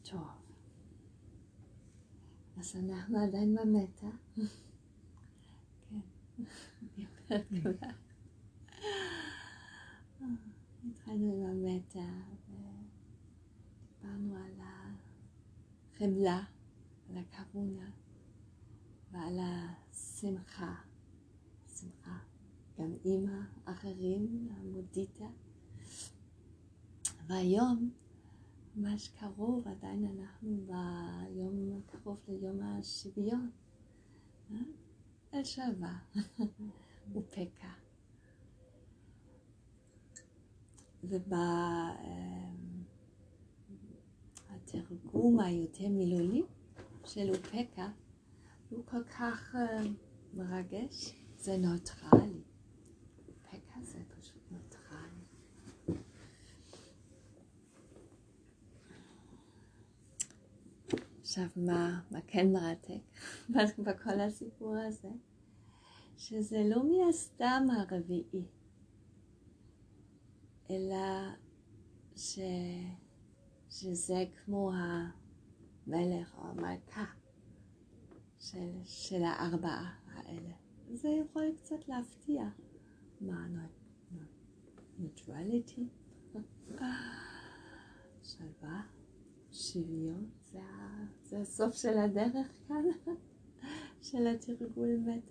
טוב, אז אנחנו עדיין במטה. כן, יותר גדולה. התחלנו עם המטה, ודיברנו על החמלה, על הקרונה, ועל השמחה. שמחה, גם עם האחרים, המודיטה. והיום, ממש קרוב, עדיין אנחנו ביום הקרוב ליום השוויון. על שלווה ופקה. ובתרגום היותר מילולי של אופקה, הוא כל כך מרגש, זה נוטרלי. אופקה זה פשוט נוטרלי. עכשיו מה כן מרתק בכל הסיפור הזה? שזה לא מהסתם הרביעי, אלא שזה כמו המלך או המלכה של הארבעה האלה. זה יכול קצת להפתיע. מה? נוטרליטי? שלווה? שוויון? זה הסוף של הדרך כאן? של התרגול מטה?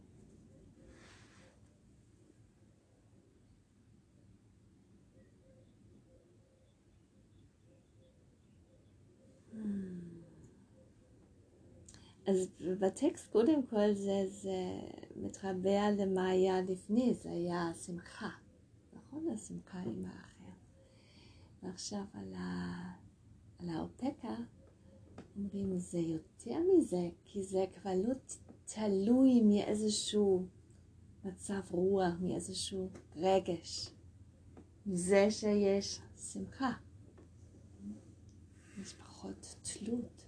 אז בטקסט קודם כל זה מתרבע למה היה לפני, זה היה השמחה, נכון? השמחה עם האחר. ועכשיו על האופקה אומרים זה יותר מזה, כי זה כבר לא תלוי מאיזשהו מצב רוח, מאיזשהו רגש. מזה שיש שמחה. יש פחות תלות.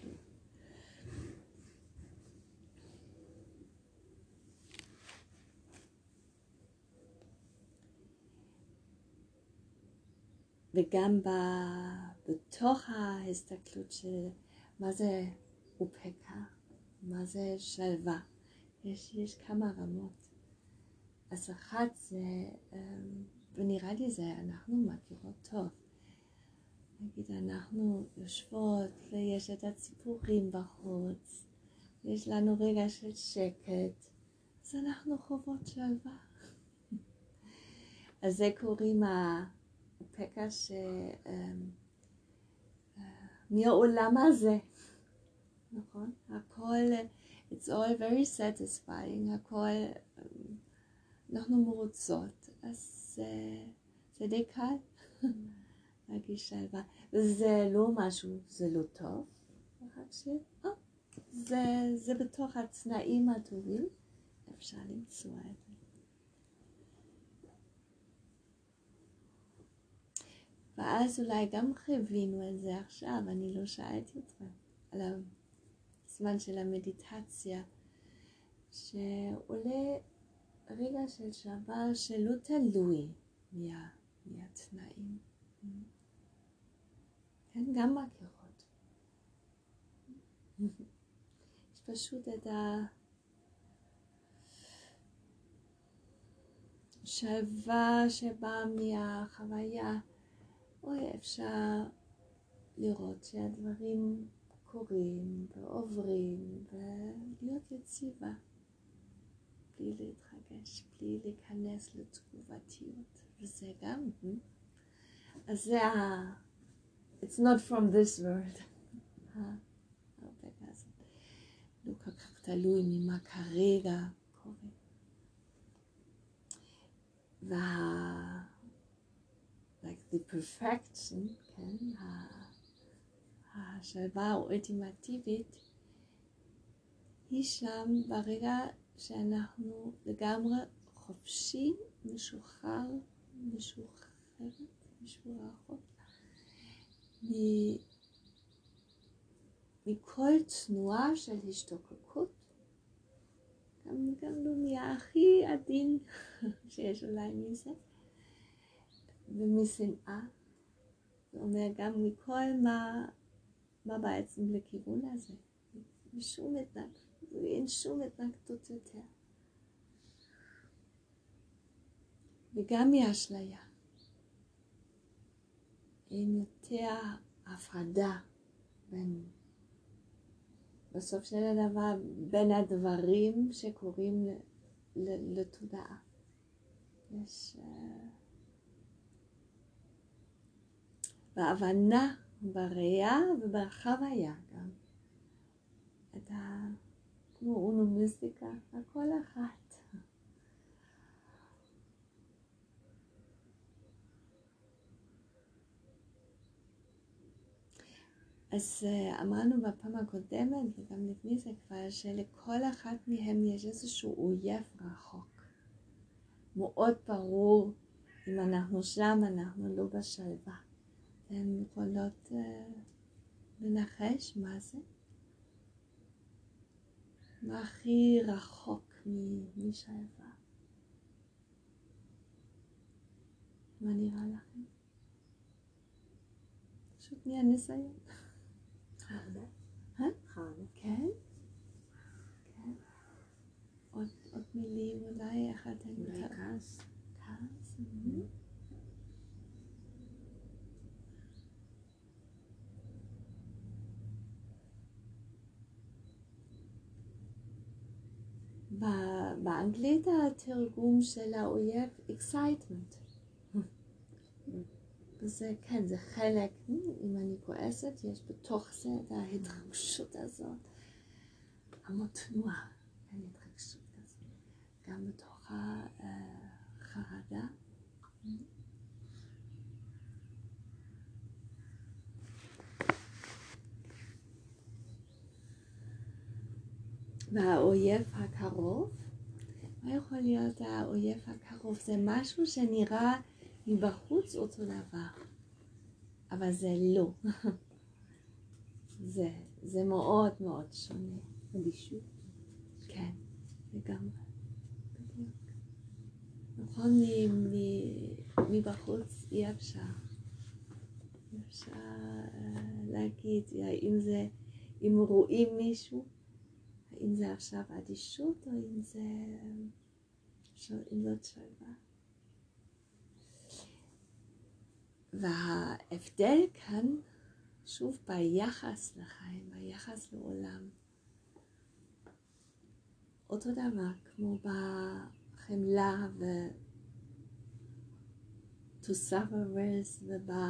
וגם בתוך ההסתכלות של מה זה אופקה, מה זה שלווה, יש כמה רמות. אז אחת זה, ונראה לי זה אנחנו מכירות טוב. נגיד אנחנו יושבות ויש את הציפורים בחוץ, יש לנו רגע של שקט, אז אנחנו חוות שלווה. אז זה קוראים אופקה מהעולם הזה, נכון? הכל, it's all very satisfying, הכל, אנחנו מרוצות, אז זה די קל להגיש שלווה. וזה לא משהו, זה לא טוב, רק זה בתוך התנאים הטובים, אפשר למצוא את זה. ואז אולי גם חווינו על זה עכשיו, אני לא שאלתי אתכם, על הזמן של המדיטציה, שעולה רגע של שלווה שלא תלוי מהתנאים. כן, גם מכירות. יש פשוט את השלווה שבאה מהחוויה, אפשר לראות שהדברים קורים ועוברים ולהיות יציבה, בלי להתרגש, בלי להיכנס לתגובתיות, וזה גם, אז זה it's not from this world, ההרפתקה הזאת, לא כל כך תלוי ממה כרגע קורה. like the perfection, כן, השלווה האולטימטיבית, היא שם ברגע שאנחנו לגמרי חופשי, משוחררות, מכל תנועה של השתוקקות, גם לא מהכי עדין שיש אולי מזה, ומשנאה, זה אומר גם מכל מה מה בעצם לכיוון הזה? אין שום התנגדות יותר. וגם מאשליה. אין יותר הפרדה בסוף של הדבר, בין הדברים שקורים לתודעה. יש בהבנה, בראייה ובחוויה גם. כמו אונומיסטיקה, הכל אחת. אז אמרנו בפעם הקודמת וגם לפני זה כבר שלכל אחת מהם יש איזשהו אויב רחוק. מאוד ברור אם אנחנו שם, אנחנו לא בשלווה. הן יכולות לנחש מה זה? מה הכי רחוק משלווה? מה נראה לכם? פשוט מהניסיון. חרדה. חרדה. כן? כן. עוד מילים אולי, איך אתם... אולי כעס. כעס? באנגלית התרגום של האויב excitement. וזה כן, זה חלק, אם אני כועסת, יש בתוך זה את ההתרגשות הזאת. המותנועה, ההתרגשות הזאת. גם בתוך החרדה. והאויב הקרוב, מה יכול להיות האויב הקרוב? זה משהו שנראה מבחוץ אותו דבר, אבל זה לא. זה מאוד מאוד שונה. אדישות. כן, לגמרי. בדיוק. נכון, מבחוץ אי אפשר. אי אפשר להגיד, אם רואים מישהו, האם זה עכשיו אדישות או אם זאת שלווה. וההבדל כאן, שוב ביחס לחיים, ביחס לעולם, אותו דבר כמו בחמלה to suffer with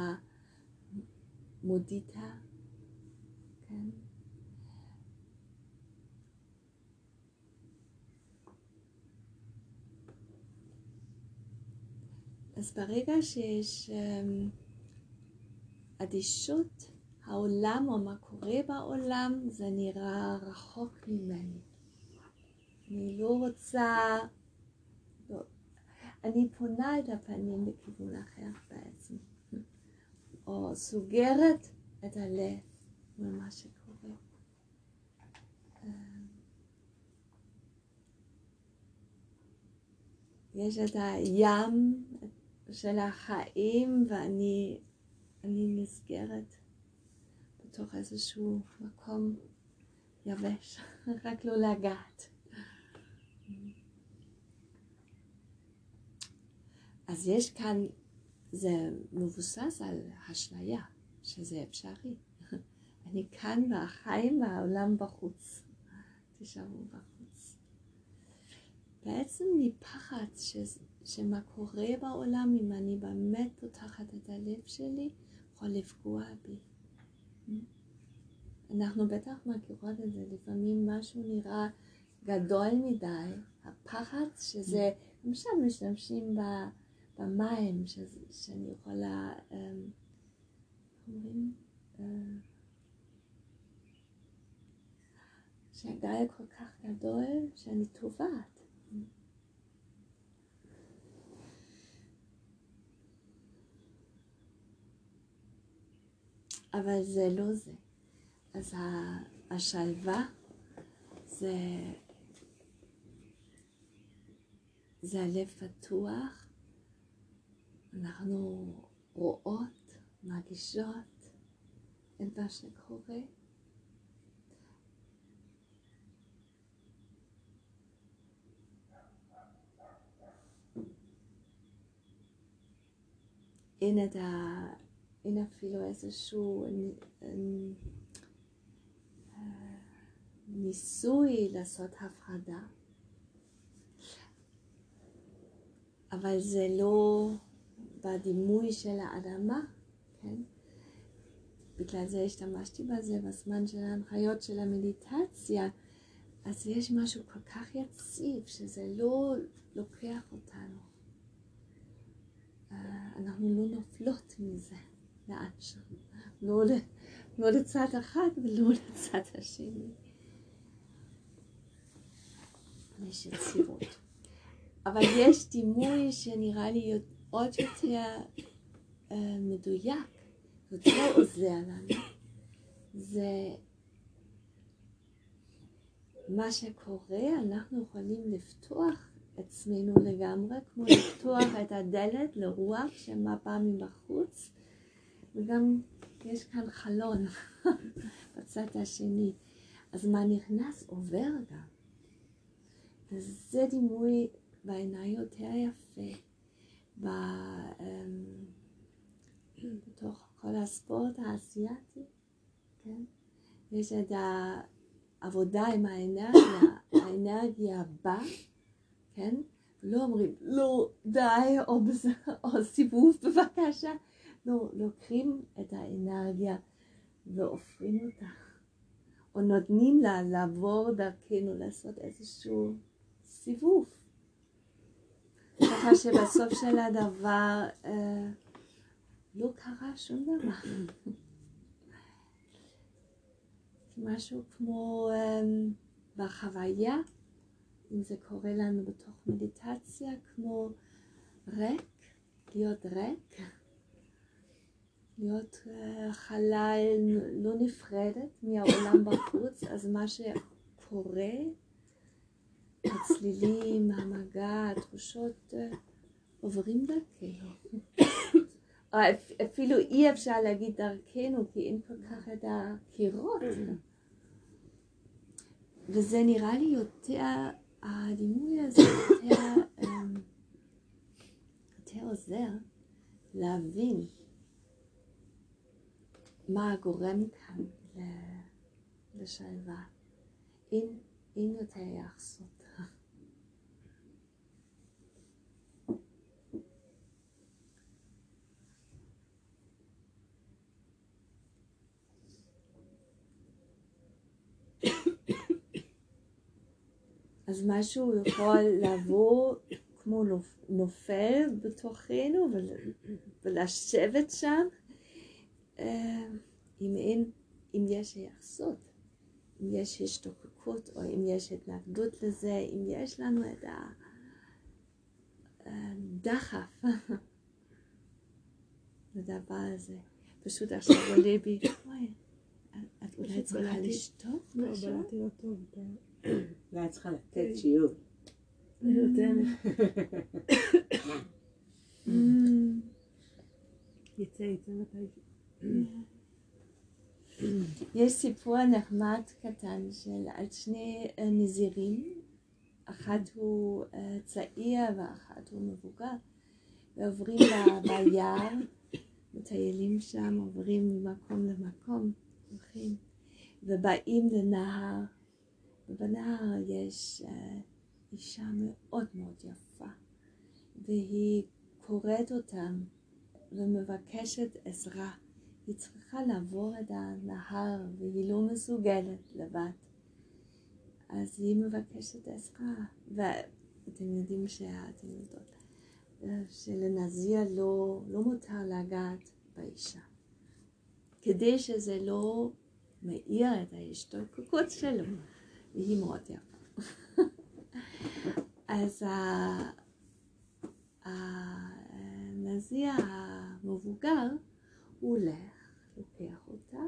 ובמודיטה, כן? אז ברגע שיש אדישות, העולם או מה קורה בעולם, זה נראה רחוק ממני. אני לא רוצה, לא, אני פונה את הפנים בכיוון אחר בעצם. או סוגרת את הלב ממה שקורה. יש את הים של החיים ואני נסגרת בתוך איזשהו מקום יבש, רק לא לגעת. אז יש כאן, זה מבוסס על אשליה, שזה אפשרי. אני כאן והחיים והעולם בחוץ. תשארו בחוץ. בעצם מפחד שמה קורה בעולם, אם אני באמת פותחת את הלב שלי, יכול לפגוע בי. אנחנו בטח מכירות את זה, לפעמים משהו נראה גדול מדי, הפחד שזה, למשל משתמשים במים, שאני יכולה, אומרים, שהגל כל כך גדול שאני טובעת. אבל זה לא זה. אז השלווה זה הלב פתוח, אנחנו רואות, מרגישות, את מה שקורה. אין אפילו איזשהו ניסוי לעשות הפרדה, אבל זה לא בדימוי של האדמה, כן? בגלל זה השתמשתי בזה בזמן של ההנחיות של המדיטציה, אז יש משהו כל כך יציב שזה לא לוקח אותנו. אנחנו לא נופלות מזה לאנשהו, לא לצד אחד ולא לצד השני. יש יציבות. אבל יש דימוי שנראה לי עוד יותר מדויק, יותר עוזר לנו. זה מה שקורה, אנחנו יכולים לפתוח עצמנו לגמרי, כמו לפתוח את הדלת לרוח שמבא מבחוץ, וגם יש כאן חלון בצד השני. אז מה נכנס עובר גם. וזה דימוי בעיניי יותר יפה בתוך כל הספורט האסייתי, כן? יש את העבודה עם האנרגיה באה, כן? לא אומרים, לא, די, או סיבוב בבקשה. לא, לוקחים את האנרגיה והופכים אותה. או נותנים לה לעבור דרכנו, לעשות איזשהו סיבוב. ככה שבסוף של הדבר לא קרה שום דבר. משהו כמו בחוויה, אם זה קורה לנו בתוך מדיטציה, כמו ריק, להיות ריק, להיות חלל לא נפרדת מהעולם בחוץ. אז מה שקורה, הצלילים, המגע, התחושות עוברים דרכנו. אפילו אי אפשר להגיד דרכנו, כי אין כל כך את הקירות. וזה נראה לי יותר, הדימוי הזה יותר עוזר להבין מה גורם כאן לשלווה. אין יותר יחסות. אז משהו יכול לבוא כמו נופל בתוכנו ולשבת שם, אם יש יחסות, אם יש השתוקקות, או אם יש התנגדות לזה, אם יש לנו את הדחף לדבר הזה. פשוט עכשיו עולה בי, את אולי צריכה לשתוק משהו? לא, בלעתי לא טוב. אולי צריכה לתת שיעור. יצא מתי. יש סיפור נחמד קטן על שני נזירים, אחד הוא צעיר ואחד הוא מבוגר, ועוברים ביער, מטיילים שם, עוברים ממקום למקום, הולכים, ובאים לנהר, ובנהר יש אישה מאוד מאוד יפה, והיא קוראת אותם ומבקשת עזרה. היא צריכה לעבור את הנהר והיא לא מסוגלת לבד. אז היא מבקשת עזרה. ואתם יודעים שלנזיר לא מותר לגעת באישה. כדי שזה לא מאיר את ההשתוקקות שלו. והיא מאוד יפה. אז הנזיר המבוגר הוא הולך, לוקח אותה,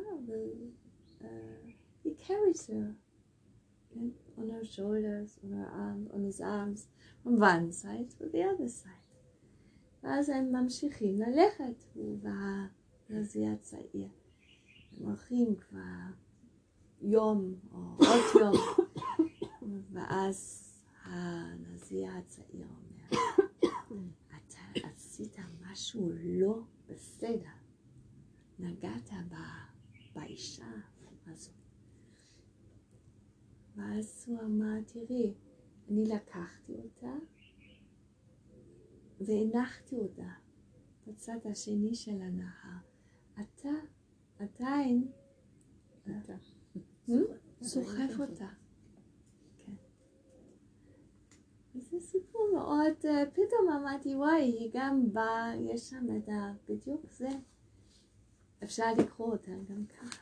he carries her on her shoulders, on her arms, on his arms, from one side to the other side. ואז הם ממשיכים ללכת, הוא והנזיר הצעיר. הם הולכים כבר יום או עוד יום, ואז הנזיר הצעיר אומר, אתה עשית משהו לא בסדר, נגעת באישה הזו. ואז הוא אמר, תראי, אני לקחתי אותה והנחתי אותה בצד השני של הנהר. אתה עדיין סוחף אותה. כן. וזה סיפור מאוד, פתאום אמרתי, וואי, היא גם באה, יש שם את בדיוק זה. אפשר לקרוא אותה גם ככה,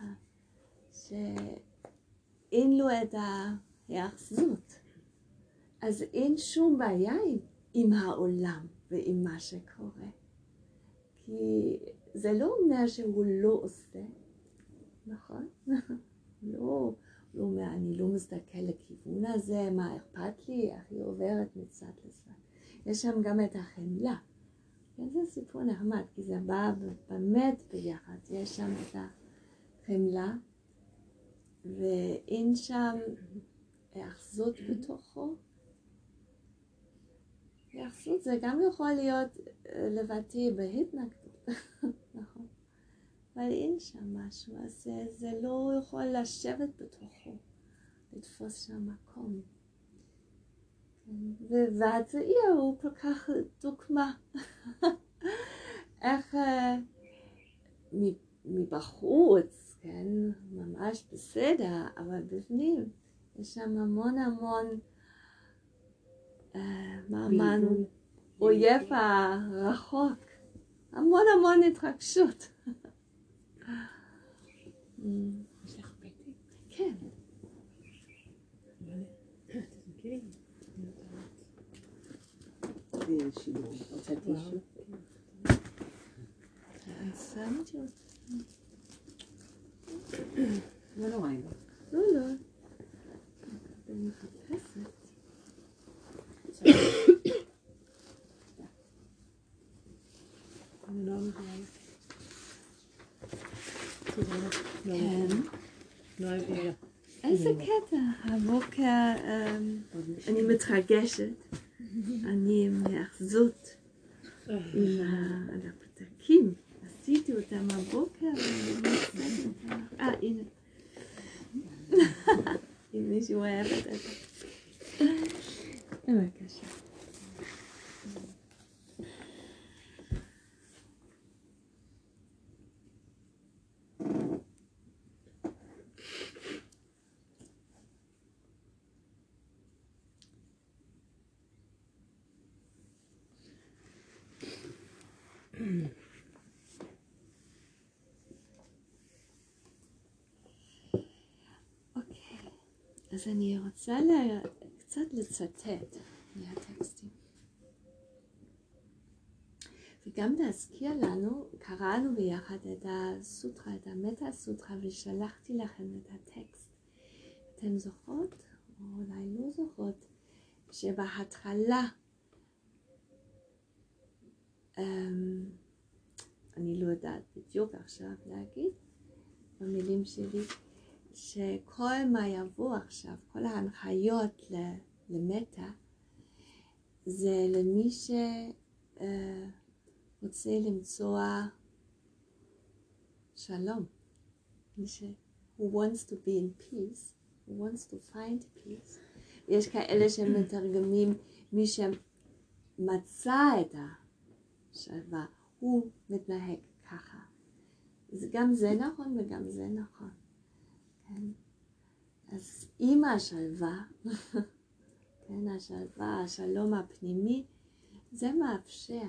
שאין לו את ההאחזות. אז אין שום בעיה עם העולם ועם מה שקורה. כי זה לא אומר שהוא לא עושה, נכון? לא אומר, אני לא מסתכל לכיוון הזה, מה אכפת לי, איך היא עוברת מצד לצד. יש שם גם את החמלה. זה סיפור נחמד, כי זה בא באמת ביחד. יש שם את החמלה, ואין שם האחזות בתוכו. האחזות זה גם יכול להיות לבטא בהתנגדות, נכון? אבל אין שם משהו, אז זה לא יכול לשבת בתוכו, לתפוס שם מקום. והצעיר הוא כל כך דוגמה. איך מבחוץ, כן, ממש בסדר, אבל בפנים יש שם המון מה אמרנו? אויב הרחוק, המון התרגשות. יש לך פתק? כן. תזכירי. זה שידור. רוצה טישו? אני שמתי אותה. לא נורא. לא. אני מחפשת. אני לא מביאה. כן. לא מביאה. איזה קטע. הבוקר אני מתרגשת. אני עם האחזות. על הפתקים. עשיתי אותם הבוקר. הנה. אם מישהו אוהבת את זה. בבקשה. אוקיי, אז אני רוצה קצת לצטט מהטקסטים. וגם להזכיר לנו, קראנו ביחד את הסוטרה, את המטה סוטרה, ושלחתי לכם את הטקסט. אתם זוכרות, או אולי לא זוכרות, שבהתחלה, אני לא יודעת בדיוק עכשיו להגיד, במילים שלי, שכל מה יבוא עכשיו, כל ההנחיות למטה, זה למי שרוצה למצוא שלום. מי who wants to be in peace, who wants to find peace. יש כאלה שמתרגמים מי שמצא את השלווה, הוא מתנהג ככה. גם זה נכון וגם זה נכון. כן? אז עם השלווה, כן, השלווה, השלום הפנימי, זה מאפשר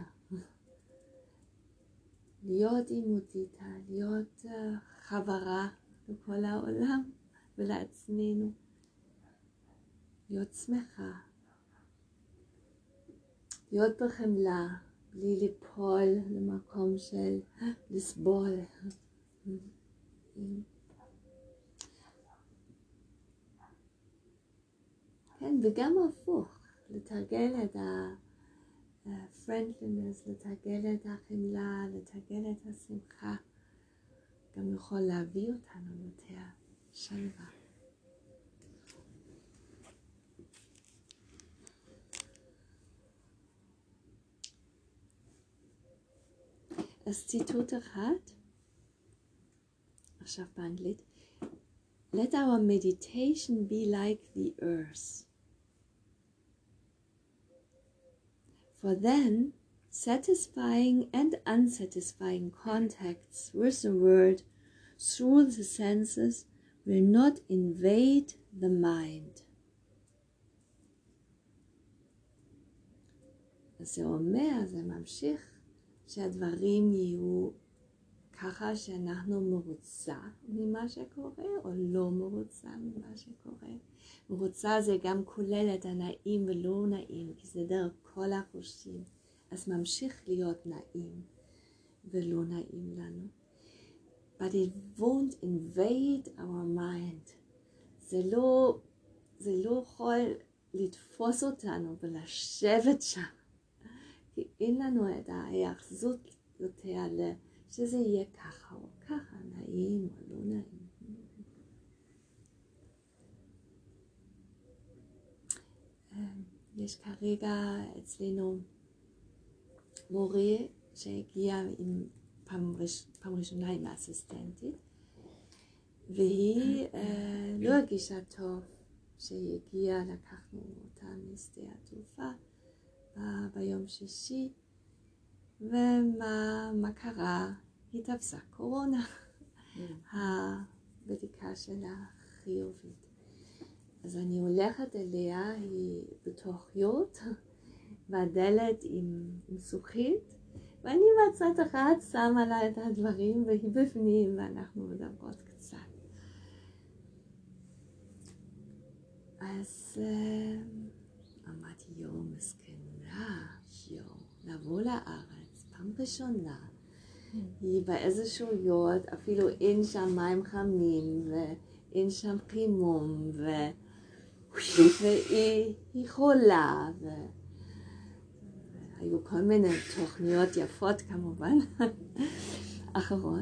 להיות עימותית, להיות חברה לכל העולם ולעצמנו, להיות שמחה, להיות בחמלה, בלי ליפול למקום של לסבול. כן, וגם הפוך, לתרגל את ה-friendliness, לתרגל את החמלה, לתרגל את השמחה, גם יכול להביא אותנו יותר שלווה. אז ציטוט אחד, עכשיו באנגלית, Let our meditation be like the earth. For then, satisfying and unsatisfying contacts with the world through the senses will not invade the mind. אז זה אומר, זה ממשיך, שהדברים יהיו ככה שאנחנו מרוצה ממה שקורה, או לא מרוצה ממה שקורה. מרוצה זה גם כולל את הנעים ולא נעים, כי זה דרך כל החושים. אז ממשיך להיות נעים ולא נעים לנו. But it won't invade our mind. זה לא יכול לתפוס אותנו ולשבת שם. כי אין לנו את ההיאחזות יותר שזה יהיה ככה או ככה, נעים או לא נעים. יש כרגע אצלנו מורה שהגיע פעם ראשונה עם האסיסטנטית, והיא לא הרגישה טוב שהיא הגיעה, לקחנו אותה משדה התעופה ביום שישי, ומה קרה? היא תפסה קורונה. הבדיקה שלה חיובית. אז אני הולכת אליה, היא בתוך יוט, והדלת עם זכוכית, ואני בצד אחד שמה לה את הדברים, והיא בפנים, ואנחנו מדברות קצת. אז אמרתי, מסכנה, לבוא לארץ, פעם ראשונה, היא באיזשהו יוט, אפילו אין שם מים חמים, ואין שם חימום, והיא חולה, והיו כל מיני תוכניות יפות כמובן, אחרות.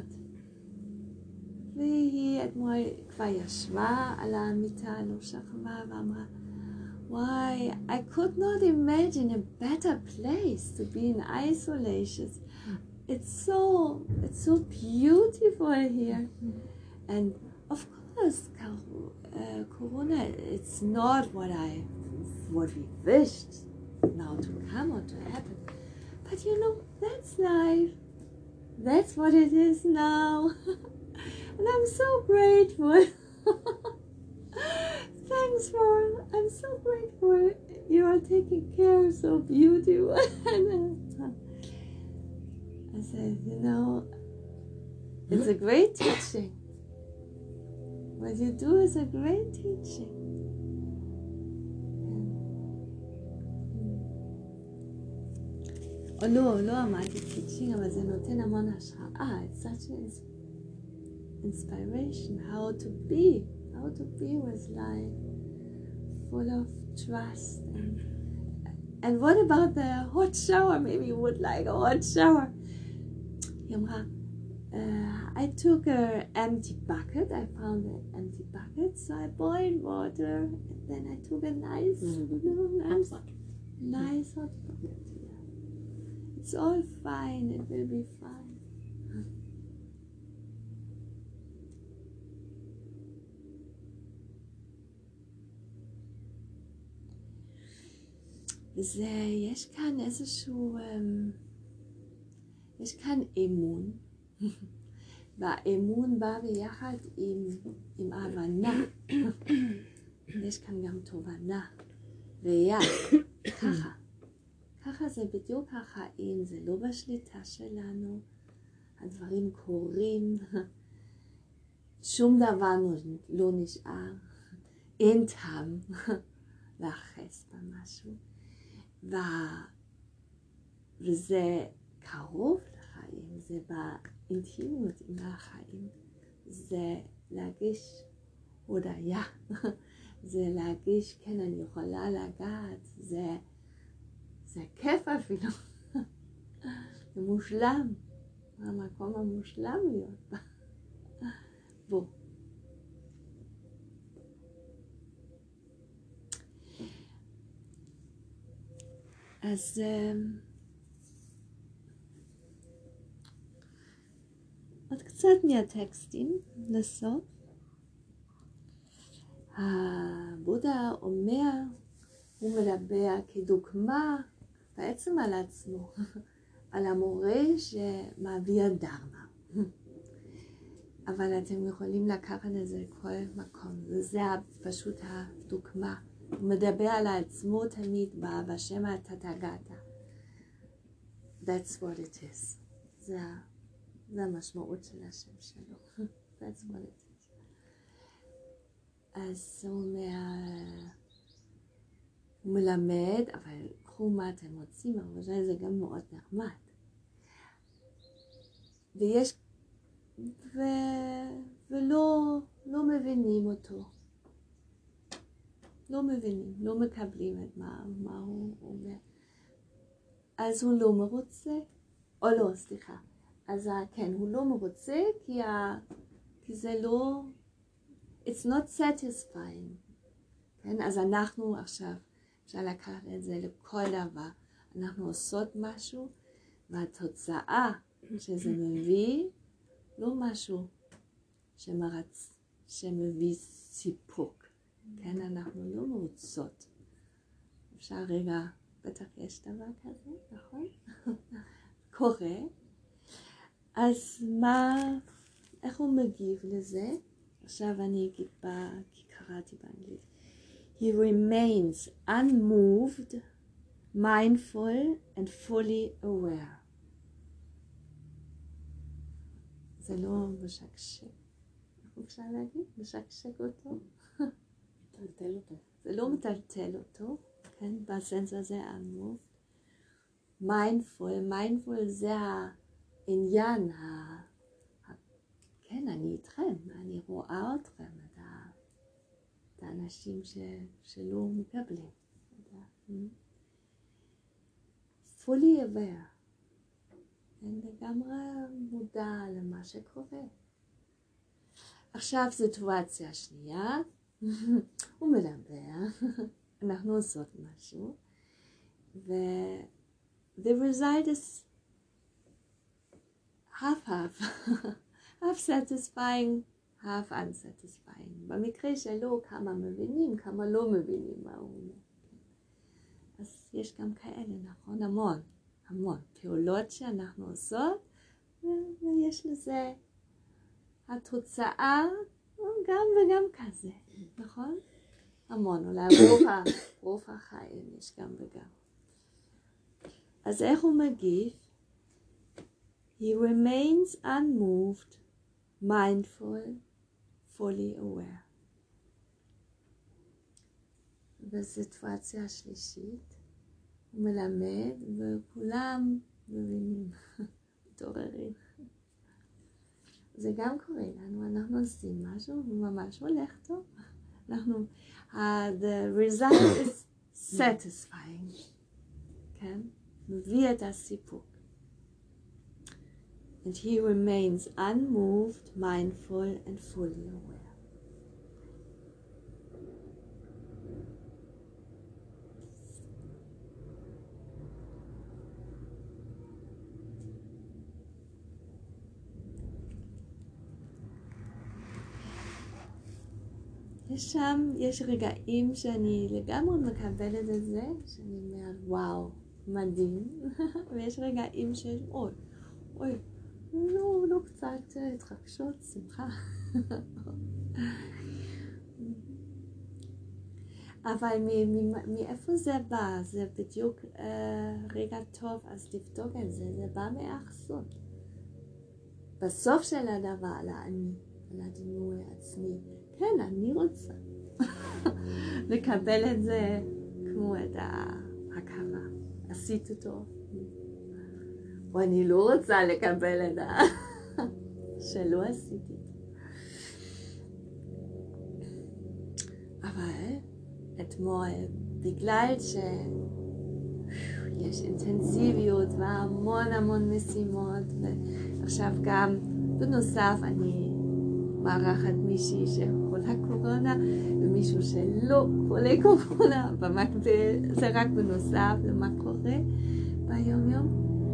והיא אתמול כבר ישבה על המיטה, לא שכבה, ואמרה, Why, I could not imagine a better place to be in isolation. It's so beautiful here. And of course, Corona, it's not what we wished now to come or to happen. But you know, that's life. That's what it is now. And I'm so grateful. I'm so grateful you are taking care so beautiful. I said, you know, it's a great teaching. What you do is a great teaching. או לא אמרתי teaching, אבל זה נותן המון השראה. It's such an inspiration how to be with life, full of trust. And what about the hot shower? Maybe you would like a hot shower. I took an empty bucket. I found an empty bucket, so I boiled water, and then I took a nice hot bucket. Yeah. It's all fine. It will be fine. יש כאן איזשהו, יש כאן אמון, והאמון בא ביחד עם הבנה. יש כאן גם תובנה, ראייה, ככה זה בדיוק החיים, זה לא בשליטה שלנו, הדברים קורים, שום דבר לא נשאר, אין טעם להחס במשהו. וזה קרוב לחיים, זה באינטימיות עם החיים, זה להרגיש הודיה, זה להרגיש, כן, אני יכולה לגעת, זה כיף אפילו, זה מושלם, המקום המושלם להיות בה. בוא. אז עוד קצת מהטקסטים לסוף. הבודה אומר, הוא מדבר כדוגמה בעצם על עצמו, על המורה שמעביר דרמה. אבל אתם יכולים לקחת את זה כל מקום, וזה פשוט הדוגמה. הוא מדבר על עצמו תמיד בשם התתגתה. That's what it is. זה המשמעות של השם שלו. That's what it is. אז הוא אומר, הוא מלמד, אבל קחו מה אתם רוצים, אבל זה גם מאוד נחמד. ויש, ולא מבינים אותו. לא מבינים, לא מקבלים את מה הוא אומר. אז הוא לא מרוצה, או לא, סליחה. אז כן, הוא לא מרוצה, כי זה לא, it's not satisfying. כן, אז אנחנו עכשיו, אפשר לקחת את זה לכל דבר. אנחנו עושות משהו, והתוצאה שזה מביא, לא משהו שמביא סיפוק. כן, אנחנו לא מרוצות. אפשר רגע, בטח יש דבר כזה, נכון? קורה. אז איך הוא מגיב לזה? עכשיו אני אגיד כי קראתי באנגלית. He remains unmoved, mindful and fully aware. זה לא משקשק. אפשר להגיד? משקשק אותו? מטלטל אותו. זה לא מטלטל אותו, כן? בסנס הזה unmoved. mindful זה העניין, כן, אני איתכם, אני רואה אתכם, את האנשים שלא מקבלים. fully aware. אני לגמרי מודע למה שקורה. עכשיו סיטואציה שנייה, הוא מדבר, אנחנו עושות משהו, the result is half, half satisfying, half unsatisfying. במקרה שלו כמה מבינים, כמה לא מבינים מה הוא אומר. אז יש גם כאלה, נכון? המון פעולות שאנחנו עושות, ויש לזה התוצאה גם וגם כזה, נכון? המון, אולי רוב החיים יש גם וגם. אז איך הוא מגיב? He remains unmoved, mindful, fully aware. בסיטואציה השלישית, הוא מלמד וכולם מבינים, מתעוררים. זה גם קורה לנו, אנחנו עושים משהו וממש הולך טוב. the result is satisfying. כן? מביא את הסיפוק. And he remains unmoved, mindful and fully aware. יש רגעים שאני לגמרי מקבלת את זה, שאני אומרת וואו, מדהים, ויש רגעים של אוי, לא קצת התרגשות, שמחה. אבל מאיפה זה בא? זה בדיוק רגע טוב, אז תבדוק את זה, זה בא מאחסות. בסוף של הדבר, על הדימוי העצמי, כן, אני רוצה לקבל את זה כמו את ההכרה. עשית אותו. או אני לא רוצה לקבל את שלא עשיתי. אבל אתמול, בגלל שיש אינטנסיביות והמון משימות, ועכשיו גם בנוסף אני מארחת מישהי שחולה קורונה ומישהו שלא חולה קורונה במקביל, זה רק בנוסף למה קורה ביום יום.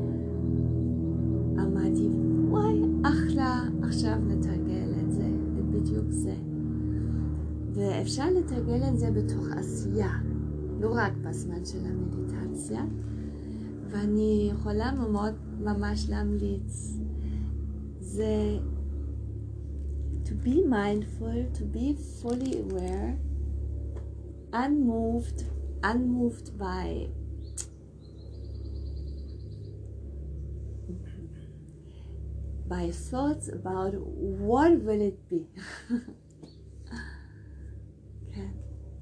אמרתי, וואי, אחלה, עכשיו נתרגל את זה, בדיוק זה. ואפשר לתרגל את זה בתוך עשייה, לא רק בזמן של המדיטציה. ואני יכולה מאוד ממש להמליץ. זה to be mindful, to be fully aware, unmoved by thoughts about what will it be. כן.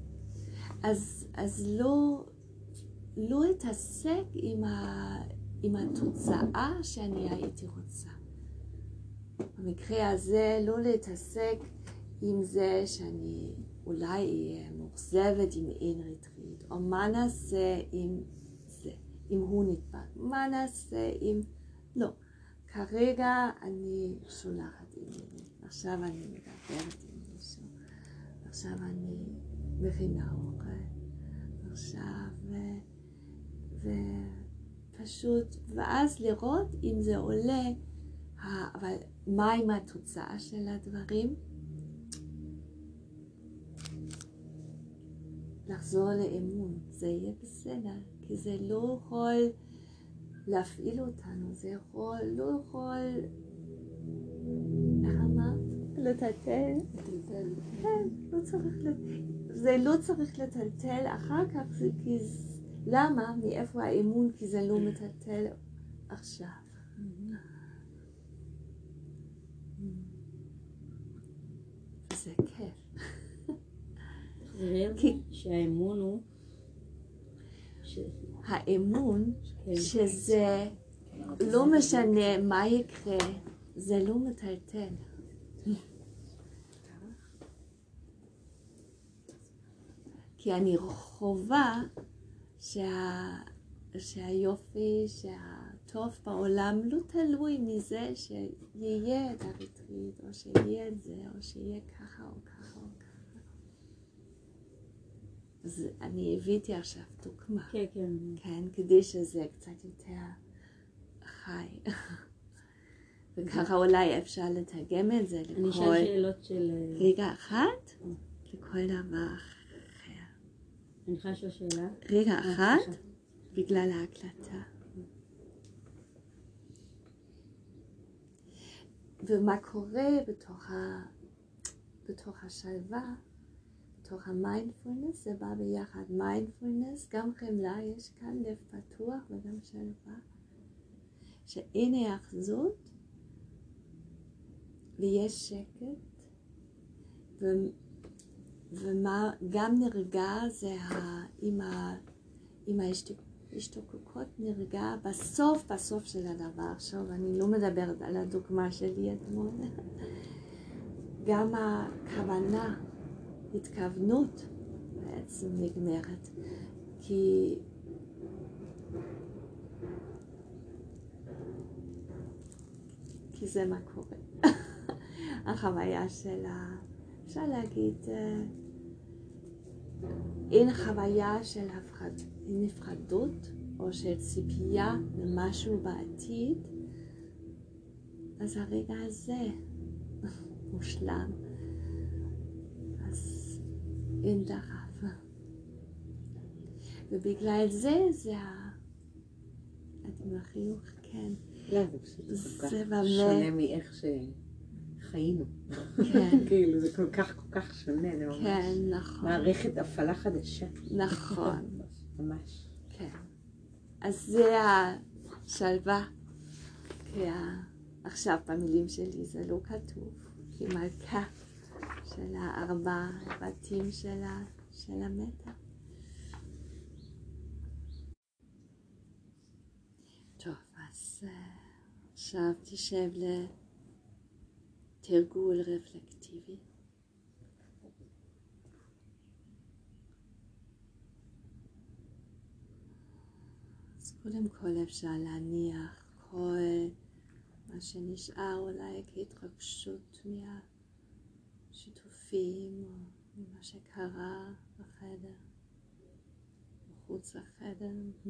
אז לא אתעסק עם התוצאה שאני הייתי רוצה. במקרה הזה לא להתעסק עם זה שאני אולי אהיה מוחזבת אם אין ריטריט, או מה נעשה עם זה, אם הוא נדבק, מה נעשה אם... לא, כרגע אני שולחת אימיילים, עכשיו אני מדברת עם מישהו, עכשיו אני מכינה אוכל, עכשיו ופשוט, ואז לראות אם זה עולה, אבל מה עם התוצאה של הדברים? לחזור לאמון, זה יהיה בסדר, כי זה לא יכול להפעיל אותנו, זה לא יכול, איך אמרת? לטלטל? כן, זה לא צריך לטלטל אחר כך, כי למה? מאיפה האמון? כי זה לא מטלטל עכשיו. וזה כיף. כי שהאמון הוא... האמון שזה לא משנה מה יקרה, זה לא מטלטל. כי אני חובה שהיופי, שהטוב בעולם לא תלוי מזה שיהיה את הריטריט, או שיהיה את זה, או שיהיה ככה או ככה או ככה. אז אני הבאתי עכשיו דוגמה. כן, כן. כן, כדי שזה קצת יותר חי. וככה אולי אפשר לתרגם את זה לכל... אני אשאל שאלות של... רגע אחת, לכל דבר אחר. אני יכולה לשאול שאלה? רגע אחת, בגלל ההקלטה. ומה קורה בתוך השלווה, בתוך המיינדפולנס, זה בא ביחד. מיינדפולנס, גם חמלה, יש כאן לב פתוח וגם שלווה. שאין היאחזות ויש שקט, ומה גם נרגע זה עם ההשתוקקות נרגע בסוף של הדבר. עכשיו אני לא מדברת על הדוגמה שלי אתמול. גם הכוונה, התכוונות בעצם נגמרת, כי זה מה קורה. החוויה שלה, אפשר להגיד, אין חוויה של נפרדות או של ציפייה למשהו בעתיד, אז הרגע הזה מושלם, אז אין דרב. ובגלל זה אתם החיוך, כן. לא, זה פשוט כל כך שונה מאיך שחיינו. כן. כאילו, זה כל כך שונה, זה ממש... כן, נכון. מערכת הפעלה חדשה. נכון. ממש. כן. אז זה השלווה. כי עכשיו במילים שלי זה לא כתוב. כי מלכה של 4 בתים של המטה. טוב, אז עכשיו תשב לתרגול רפלקטיבי. אז קודם כל אפשר להניח כל מה שנשאר אולי כהתרגשות שיתופים או ממה שקרה בחדר, מחוץ לחדר.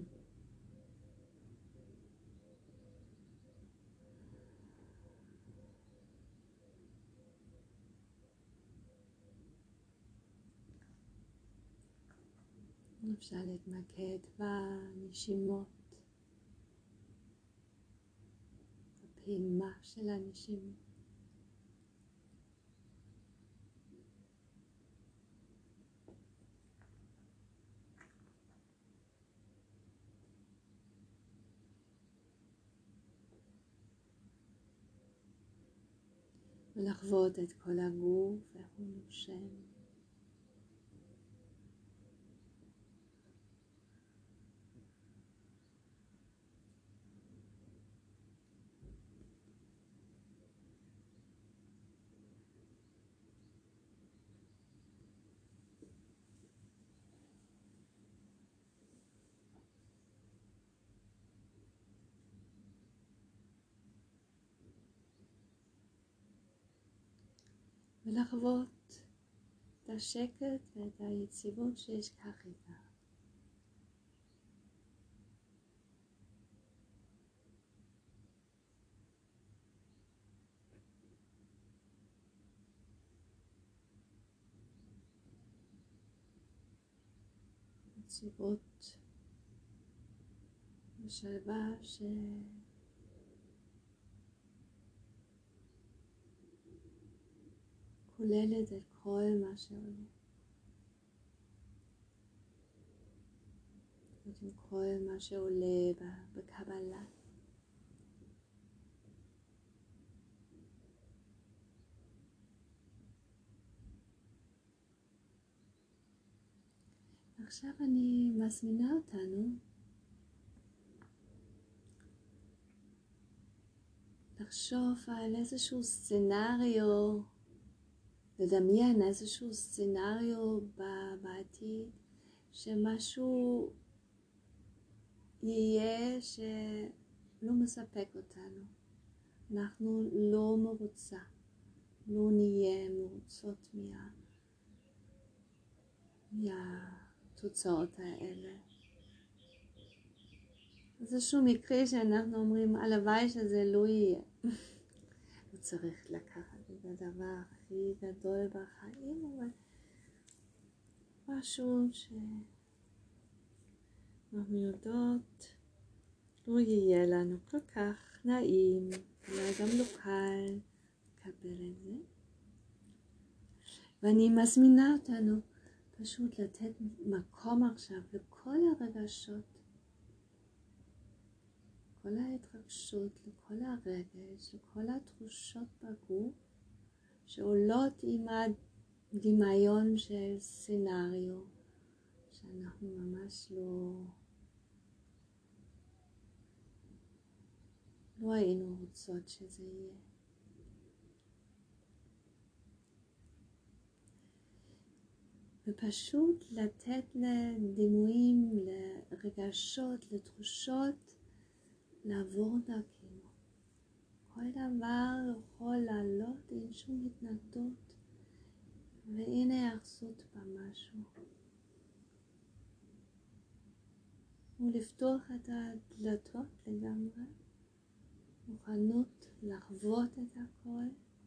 אפשר להתמקד בנשימות, בפעימה של הנשימות. ולחוות את כל הגוף, איך הוא נושם. ולחוות את השקט ואת היציבות שיש כך איתה. יציבות ושלווה כוללת את כל מה שעולה. עם כל מה שעולה בקבלה. עכשיו אני מזמינה אותנו לחשוב על איזשהו סצנריו, לדמיין איזשהו סצנריו בעתיד, שמשהו יהיה שלא מספק אותנו. אנחנו לא לא נהיה מרוצות מהתוצאות האלה. זה איזשהו מקרה שאנחנו אומרים, הלוואי שזה לא יהיה. לא צריך לקחת את הדבר הכי גדול בחיים, אבל משהו שאנחנו יודעות לא יהיה לנו כל כך נעים, אולי גם לא קל לקבל את זה. ואני מזמינה אותנו פשוט לתת מקום עכשיו לכל הרגשות, כל ההתרגשות, לכל הרגש, לכל התחושות בגוף שעולות עם הדמיון של סצנריו שאנחנו ממש לא היינו רוצות שזה יהיה. ופשוט לתת לדימויים, לרגשות, לתחושות לעבור דרכנו. כל דבר יכול לעלות, אין שום התנגדות, ואין היחסות במשהו. ולפתוח את הדלתות לגמרי, מוכנות לחוות את הכל,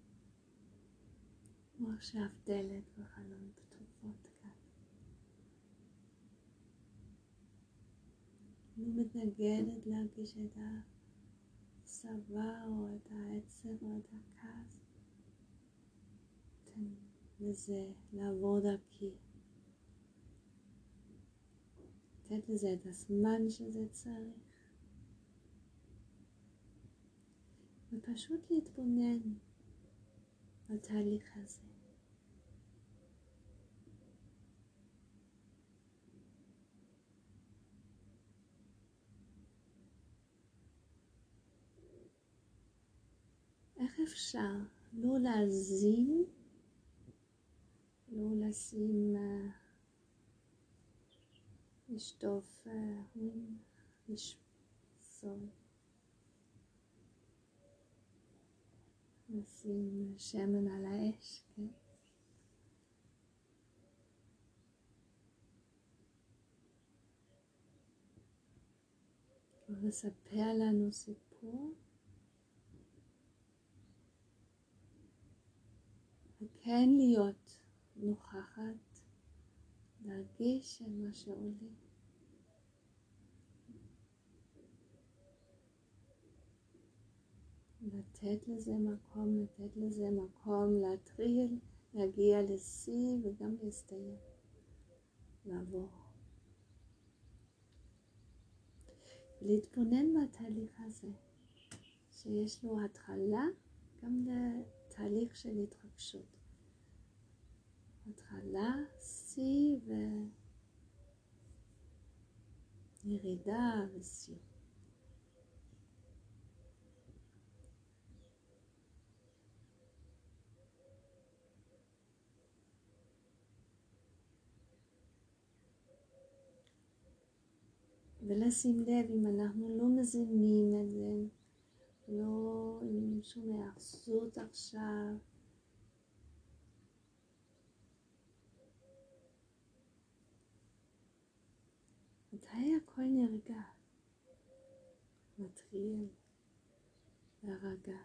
כמו עכשיו דלת וחלון פתוחות כאן. לא מתנגדת להרגיש את הסבבה או את העצב או את הכעס. תן לזה לעבור דרכי. לתת לזה את הזמן שזה צריך. ופשוט להתבונן בתהליך הזה. איך אפשר לא להזין, לא לשים, לשטוף, לשסול, לשים שמן על האש, כן? לספר לנו סיפור, וכן להיות נוכחת, להרגיש את מה שעולה. לתת לזה מקום, להתחיל, להגיע לשיא וגם להסתיים, לעבור. להתבונן בתהליך הזה, שיש לו התחלה גם לתהליך של התרגשות. התחלה, שיא וירידה וסיום. ולשים לב אם אנחנו לא מזינים את זה, לא עם שום היאחזות עכשיו, מתי הכל נרגע, מתחיל להרגע.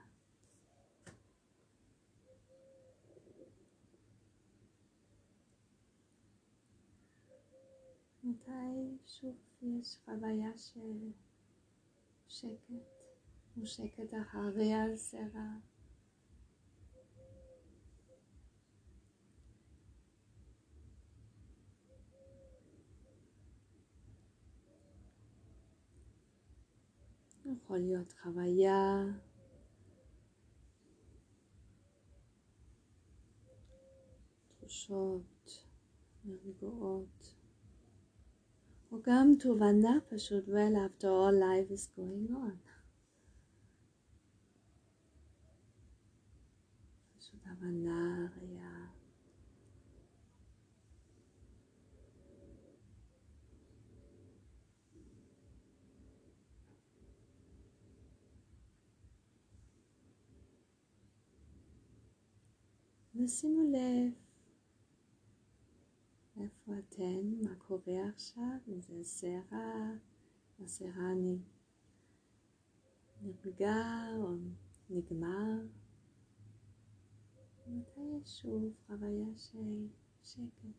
מתי שוב יש חוויה של שקט, ושקט אחרי הסערה. יכול להיות חוויה, תחושות, רגועות, או גם תובנה פשוט, well after all life is going on. פשוט הבנה, ראייה. ושימו לב איפה אתן, מה קורה עכשיו, אם זה סערה, הסערה נרגע או נגמר. מתי יש שוב חוויה של שקט.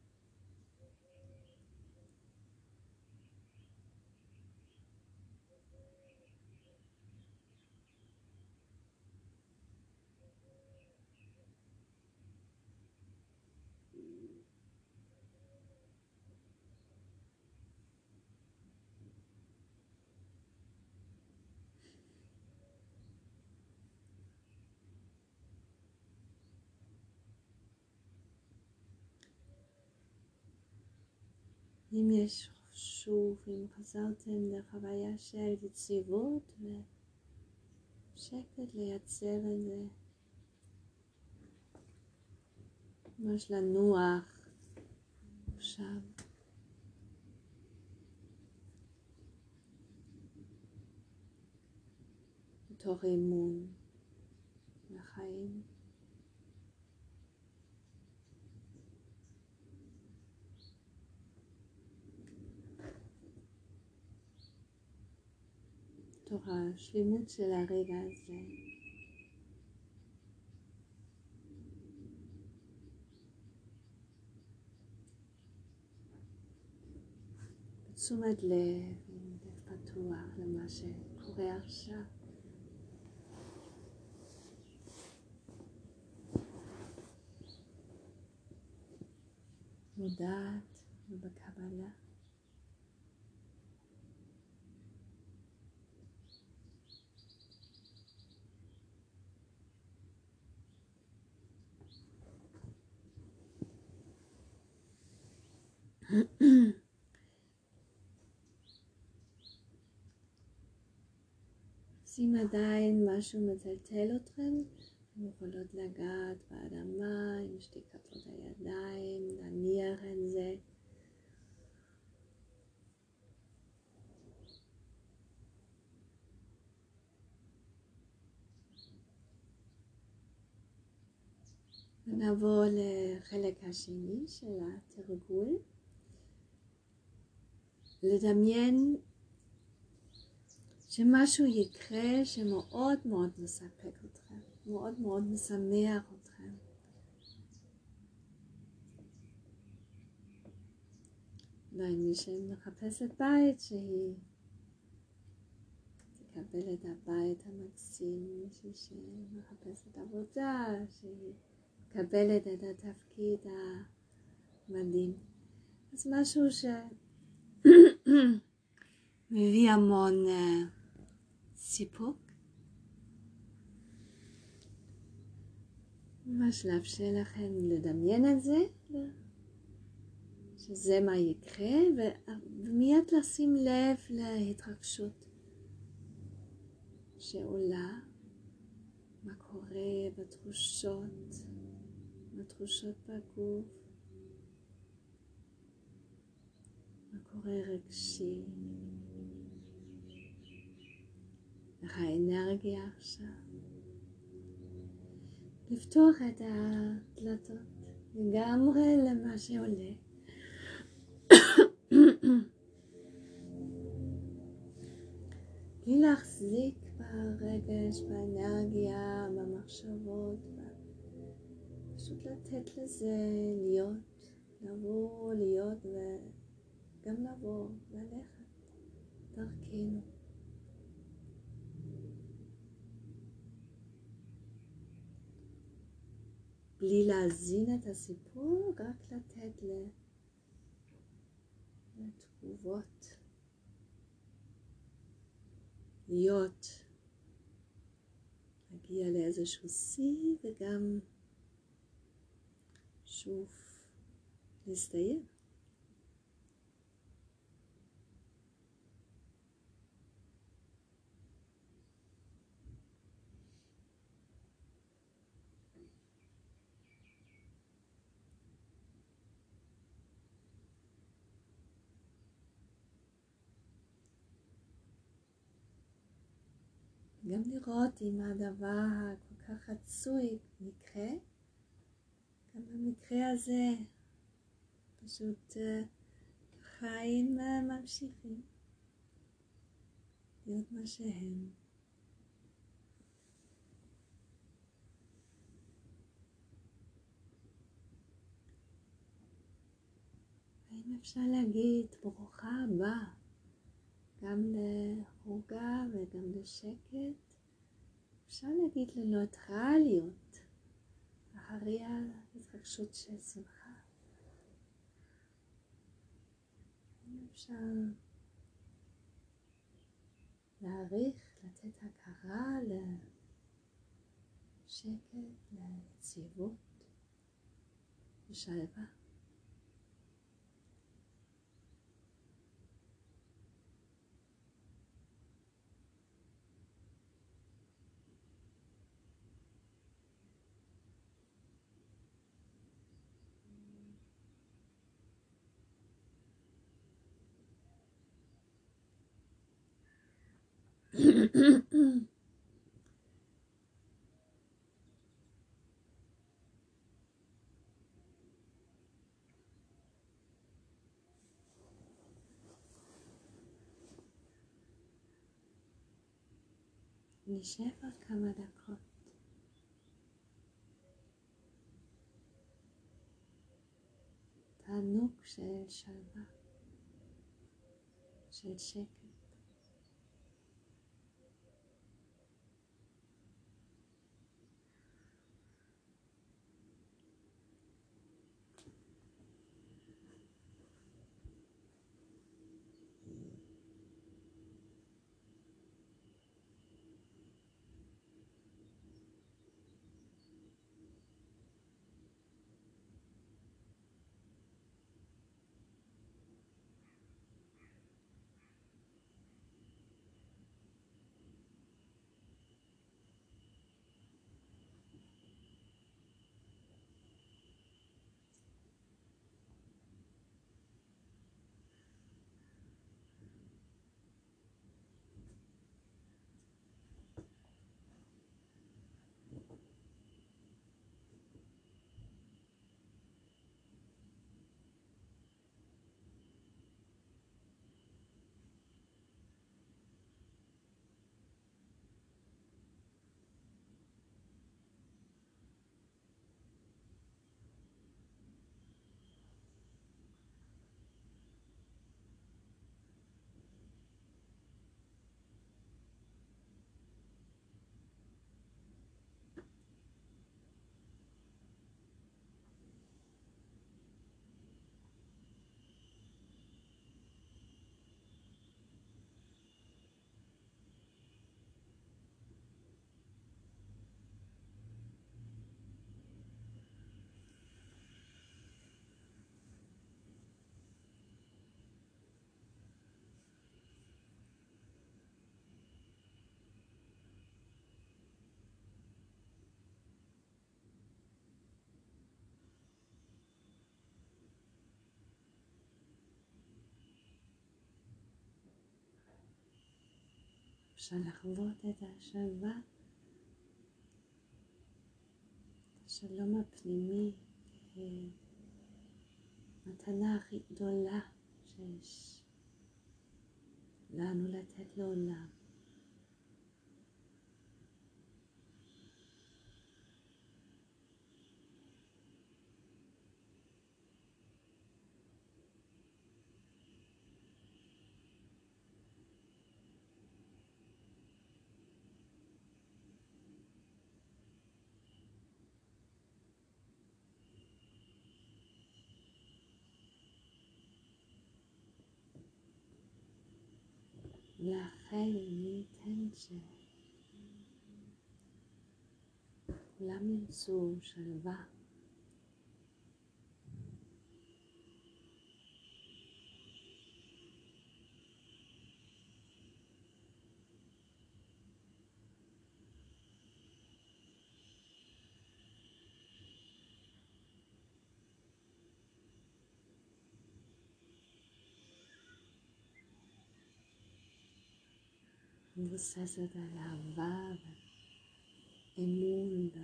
אם יש שוב, אם חזרתם לחוויה של יציבות ושקט, לייצר את זה. ממש לנוח שם. מתוך אמון לחיים. מתוך השלימות של הרגע הזה. בתשומת לב, עם לב פתוח למה שקורה עכשיו. מודעת ובקבלה. אז אם עדיין משהו מטלטל אתכם, אתם יכולות לגעת באדמה עם שתי כפות הידיים, להניח את זה. ונעבור לחלק השני של התרגול. לדמיין שמשהו יקרה שמאוד מאוד מספק אתכם, מאוד מאוד משמח אתכם. אולי מי שמחפשת בית שהיא תקבל את הבית המקסים, מישהי שמחפשת עבודה שהיא מקבלת את התפקיד המדהים. אז משהו שמביא המון סיפוק. ממש לאפשר לכם לדמיין את זה, שזה מה יקרה, ומיד לשים לב להתרגשות שעולה, מה קורה בתחושות בגוף, מה קורה רגשי, איך האנרגיה עכשיו. לפתוח את הדלתות לגמרי למה שעולה. בלי להחזיק ברגש, באנרגיה, במחשבות, פשוט לתת לזה לבוא, להיות וגם לבוא, ללכת דרכנו. בלי להזין את הסיפור, רק לתת לתגובות. להגיע לאיזשהו שיא וגם שוב להסתיים. גם לראות אם הדבר הכל כך רצוי יקרה, גם במקרה הזה פשוט חיים ממשיכים להיות מה שהם. האם אפשר להגיד ברוכה הבאה גם לרוגע וגם לשקט? אפשר להגיד לניטרליות אחרי ההתרגשות של שמחה. אפשר להעריך, לתת הכרה לשקט, ליציבות, לשלווה. נשב עוד כמה דקות. תענוג של שלווה, של שקט. אפשר לחוות את השלווה, השלום הפנימי, כמתנה הכי גדולה שיש לנו לתת לעולם. ולכן ניתן שכולם ימצאו שלווה. מבוססת על אהבה ואמון